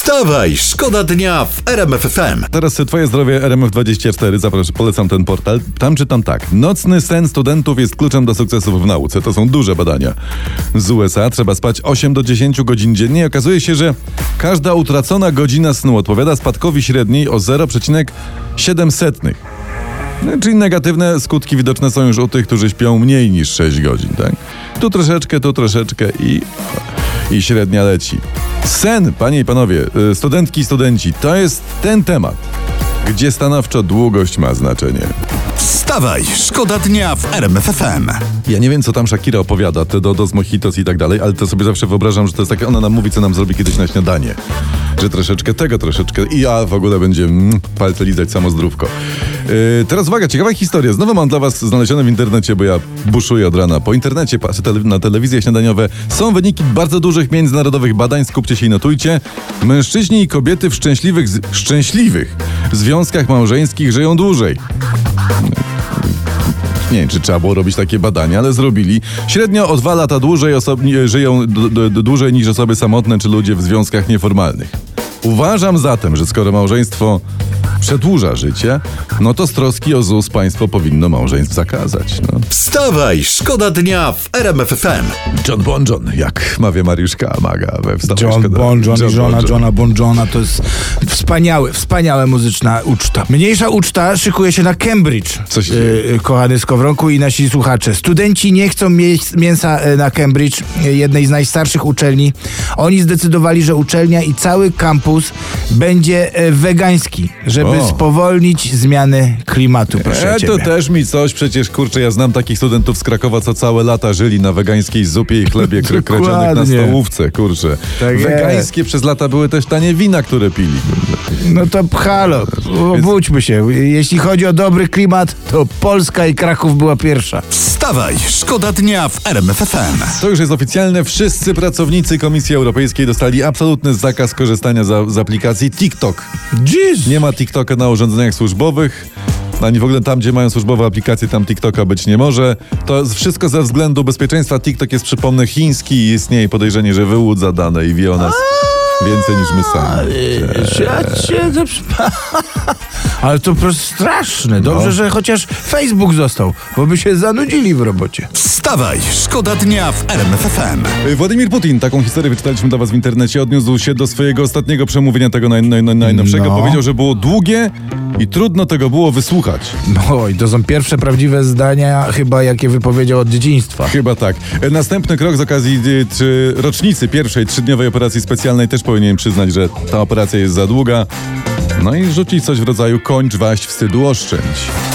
Wstawaj, szkoda dnia w RMF FM. Teraz Twoje zdrowie RMF24, zapraszam, polecam ten portal. Tam czytam tak. Nocny sen studentów jest kluczem do sukcesów w nauce. To są duże badania. Z USA trzeba spać 8 do 10 godzin dziennie i okazuje się, że każda utracona godzina snu odpowiada spadkowi średniej o 0,7. Czyli negatywne skutki widoczne są już u tych, którzy śpią mniej niż 6 godzin, tak? Tu troszeczkę i średnia leci. Sen, panie i panowie, studentki i studenci, to jest ten temat, gdzie stanowczo długość ma znaczenie. Wstawaj, szkoda dnia w RMF FM. Ja nie wiem, co tam Shakira opowiada, te Dos Mojitos i tak dalej, ale to sobie zawsze wyobrażam, że to jest takie, ona nam mówi, co nam zrobi kiedyś na śniadanie. Że troszeczkę i ja w ogóle będzie palce lizać samozdrówko. Teraz uwaga, ciekawa historia. Znowu mam dla was znalezione w internecie, bo ja buszuję od rana. Po internecie, patrzę na telewizje śniadaniowe. Są wyniki bardzo dużych międzynarodowych badań, skupcie się i notujcie. Mężczyźni i kobiety w szczęśliwych związkach małżeńskich żyją dłużej. Nie wiem, czy trzeba było robić takie badania, ale zrobili. Średnio o 2 lata dłużej żyją dłużej niż osoby samotne czy ludzie w związkach nieformalnych. Uważam zatem, że skoro małżeństwo przedłuża życie, no to z troski o ZUS państwo powinno małżeństw zakazać. No. Wstawaj, szkoda dnia w RMF FM. John Bon John, jak mawia Mariuszka Amaga we Wstawaj, John szkoda. Bon John i żona Bon Johna Bon Johna to jest wspaniała muzyczna uczta. Mniejsza uczta szykuje się na Cambridge, Co się dzieje? kochany Skowronku i nasi słuchacze. Studenci nie chcą mięsa na Cambridge, jednej z najstarszych uczelni. Oni zdecydowali, że uczelnia i cały kampus będzie wegański, żeby spowolnić zmiany klimatu, proszę to ciebie. też mi coś, przecież kurczę, ja znam takich studentów z Krakowa, co całe lata żyli na wegańskiej zupie i chlebie kredzionych na stołówce, kurczę. Tak Wegańskie przez lata były też tanie wina, które pili, kurczę. No to halo, obudźmy się. Jeśli chodzi o dobry klimat, to Polska i Kraków była pierwsza. Wstawaj, szkoda dnia w RMF FM. To już jest oficjalne. Wszyscy pracownicy Komisji Europejskiej dostali absolutny zakaz korzystania z aplikacji TikTok. Jeez. Nie ma TikToka na urządzeniach służbowych. Ani w ogóle tam, gdzie mają służbowe aplikacje, tam TikToka być nie może. To wszystko ze względu bezpieczeństwa. TikTok jest, przypomnę, chiński i istnieje podejrzenie, że wyłudza dane i wie o nas więcej niż my sami. Ale to po prostu straszne. Dobrze, że chociaż Facebook został, bo by się zanudzili w robocie. Wstawaj, szkoda dnia w RMF FM. Władimir Putin, taką historię wyczytaliśmy dla was w internecie, odniósł się do swojego ostatniego przemówienia, tego najnowszego. No. Powiedział, że było długie i trudno tego było wysłuchać. No i to są pierwsze prawdziwe zdania chyba, jakie wypowiedział od dzieciństwa. Chyba tak. Następny krok z okazji rocznicy pierwszej 3-dniowej operacji specjalnej też powinienem przyznać, że ta operacja jest za długa. No i rzucić coś w rodzaju kończ waść, wstydu oszczędź.